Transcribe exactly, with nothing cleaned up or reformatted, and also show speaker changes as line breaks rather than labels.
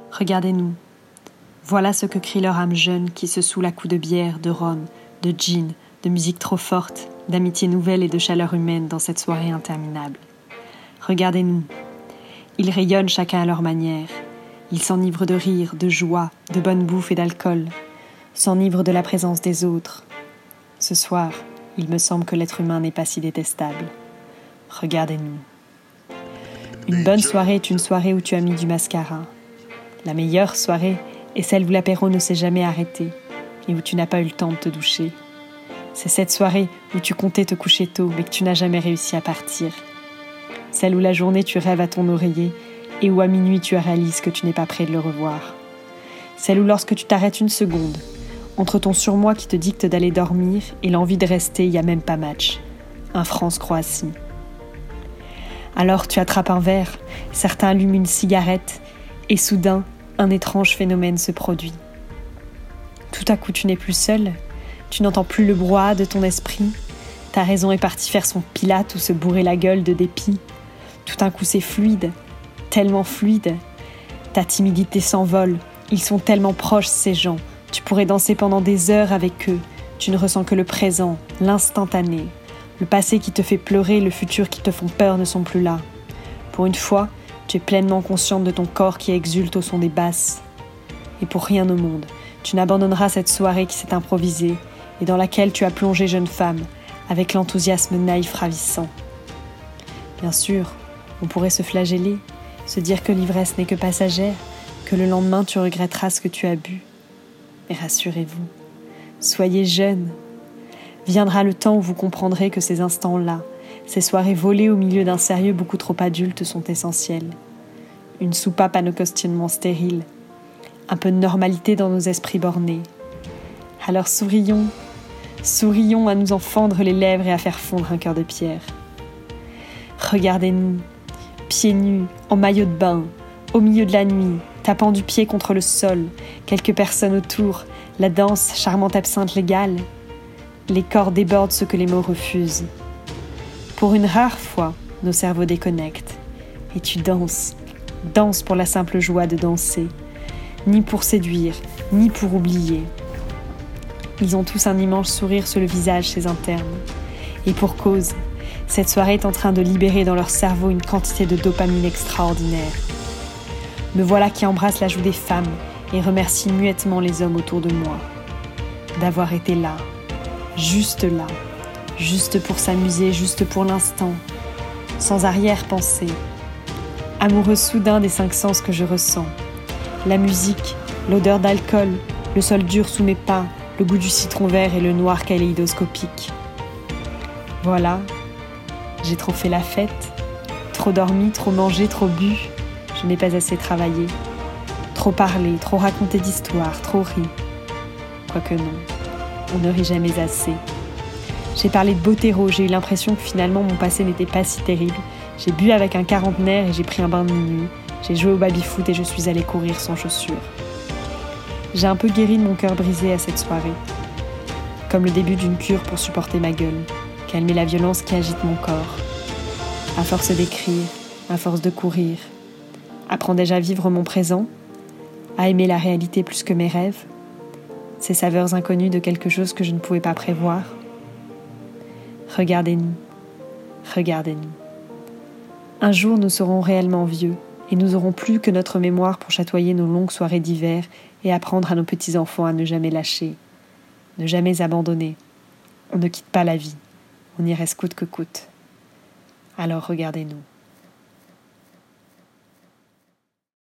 Regardez-nous. Voilà ce que crie leur âme jeune qui se saoule à coups de bière, de rhum, de gin, de musique trop forte, d'amitié nouvelle et de chaleur humaine dans cette soirée interminable. Regardez-nous. Ils rayonnent chacun à leur manière. Ils s'enivrent de rire, de joie, de bonne bouffe et d'alcool. S'enivrent de la présence des autres. Ce soir, il me semble que l'être humain n'est pas si détestable. Regardez-nous. Une bonne soirée est une soirée où tu as mis du mascara. La meilleure soirée est celle où l'apéro ne s'est jamais arrêté et où tu n'as pas eu le temps de te doucher. C'est cette soirée où tu comptais te coucher tôt mais que tu n'as jamais réussi à partir. Celle où la journée tu rêves à ton oreiller et où à minuit tu réalises que tu n'es pas prêt de le revoir. Celle où lorsque tu t'arrêtes une seconde, entre ton surmoi qui te dicte d'aller dormir et l'envie de rester, il n'y a même pas match. Un France-Croatie. Alors tu attrapes un verre, certains allument une cigarette et soudain, un étrange phénomène se produit. Tout à coup, tu n'es plus seul, tu n'entends plus le brouhaha de ton esprit, ta raison est partie faire son Pilate ou se bourrer la gueule de dépit. Tout d'un coup, c'est fluide, tellement fluide. Ta timidité s'envole, ils sont tellement proches ces gens, tu pourrais danser pendant des heures avec eux, tu ne ressens que le présent, l'instantané. Le passé qui te fait pleurer, le futur qui te font peur ne sont plus là. Pour une fois, tu es pleinement consciente de ton corps qui exulte au son des basses. Et pour rien au monde, tu n'abandonneras cette soirée qui s'est improvisée et dans laquelle tu as plongé jeune femme, avec l'enthousiasme naïf ravissant. Bien sûr, on pourrait se flageller, se dire que l'ivresse n'est que passagère, que le lendemain tu regretteras ce que tu as bu. Mais rassurez-vous, soyez jeune. Viendra le temps où vous comprendrez que ces instants-là, ces soirées volées au milieu d'un sérieux beaucoup trop adulte sont essentielles. Une soupape à nos questionnements stériles, un peu de normalité dans nos esprits bornés. Alors sourions, sourions à nous en fendre les lèvres et à faire fondre un cœur de pierre. Regardez-nous, pieds nus, en maillot de bain, au milieu de la nuit, tapant du pied contre le sol, quelques personnes autour, la danse, charmante absinthe légale. Les corps débordent ce que les mots refusent. Pour une rare fois, nos cerveaux déconnectent. Et tu danses, danses pour la simple joie de danser, ni pour séduire, ni pour oublier. Ils ont tous un immense sourire sur le visage, ces internes. Et pour cause, cette soirée est en train de libérer dans leur cerveau une quantité de dopamine extraordinaire. Me voilà qui embrasse la joue des femmes et remercie muettement les hommes autour de moi d'avoir été là, juste là, juste pour s'amuser, juste pour l'instant, sans arrière-pensée, amoureux soudain des cinq sens que je ressens, la musique, l'odeur d'alcool, le sol dur sous mes pas, le goût du citron vert et le noir kaléidoscopique. Voilà, j'ai trop fait la fête, trop dormi, trop mangé, trop bu, je n'ai pas assez travaillé, trop parlé, trop raconté d'histoires, trop ri. Quoique non, on ne rit jamais assez. J'ai parlé de Botero, j'ai eu l'impression que finalement mon passé n'était pas si terrible. J'ai bu avec un quarantenaire et j'ai pris un bain de minuit. J'ai joué au baby-foot et je suis allée courir sans chaussures. J'ai un peu guéri de mon cœur brisé à cette soirée. Comme le début d'une cure pour supporter ma gueule, calmer la violence qui agite mon corps. À force d'écrire, à force de courir, apprends-je à vivre mon présent, à aimer la réalité plus que mes rêves, ces saveurs inconnues de quelque chose que je ne pouvais pas prévoir. Regardez-nous, regardez-nous. Un jour, nous serons réellement vieux et nous n'aurons plus que notre mémoire pour chatoyer nos longues soirées d'hiver et apprendre à nos petits-enfants à ne jamais lâcher, ne jamais abandonner. On ne quitte pas la vie, on y reste coûte que coûte. Alors regardez-nous.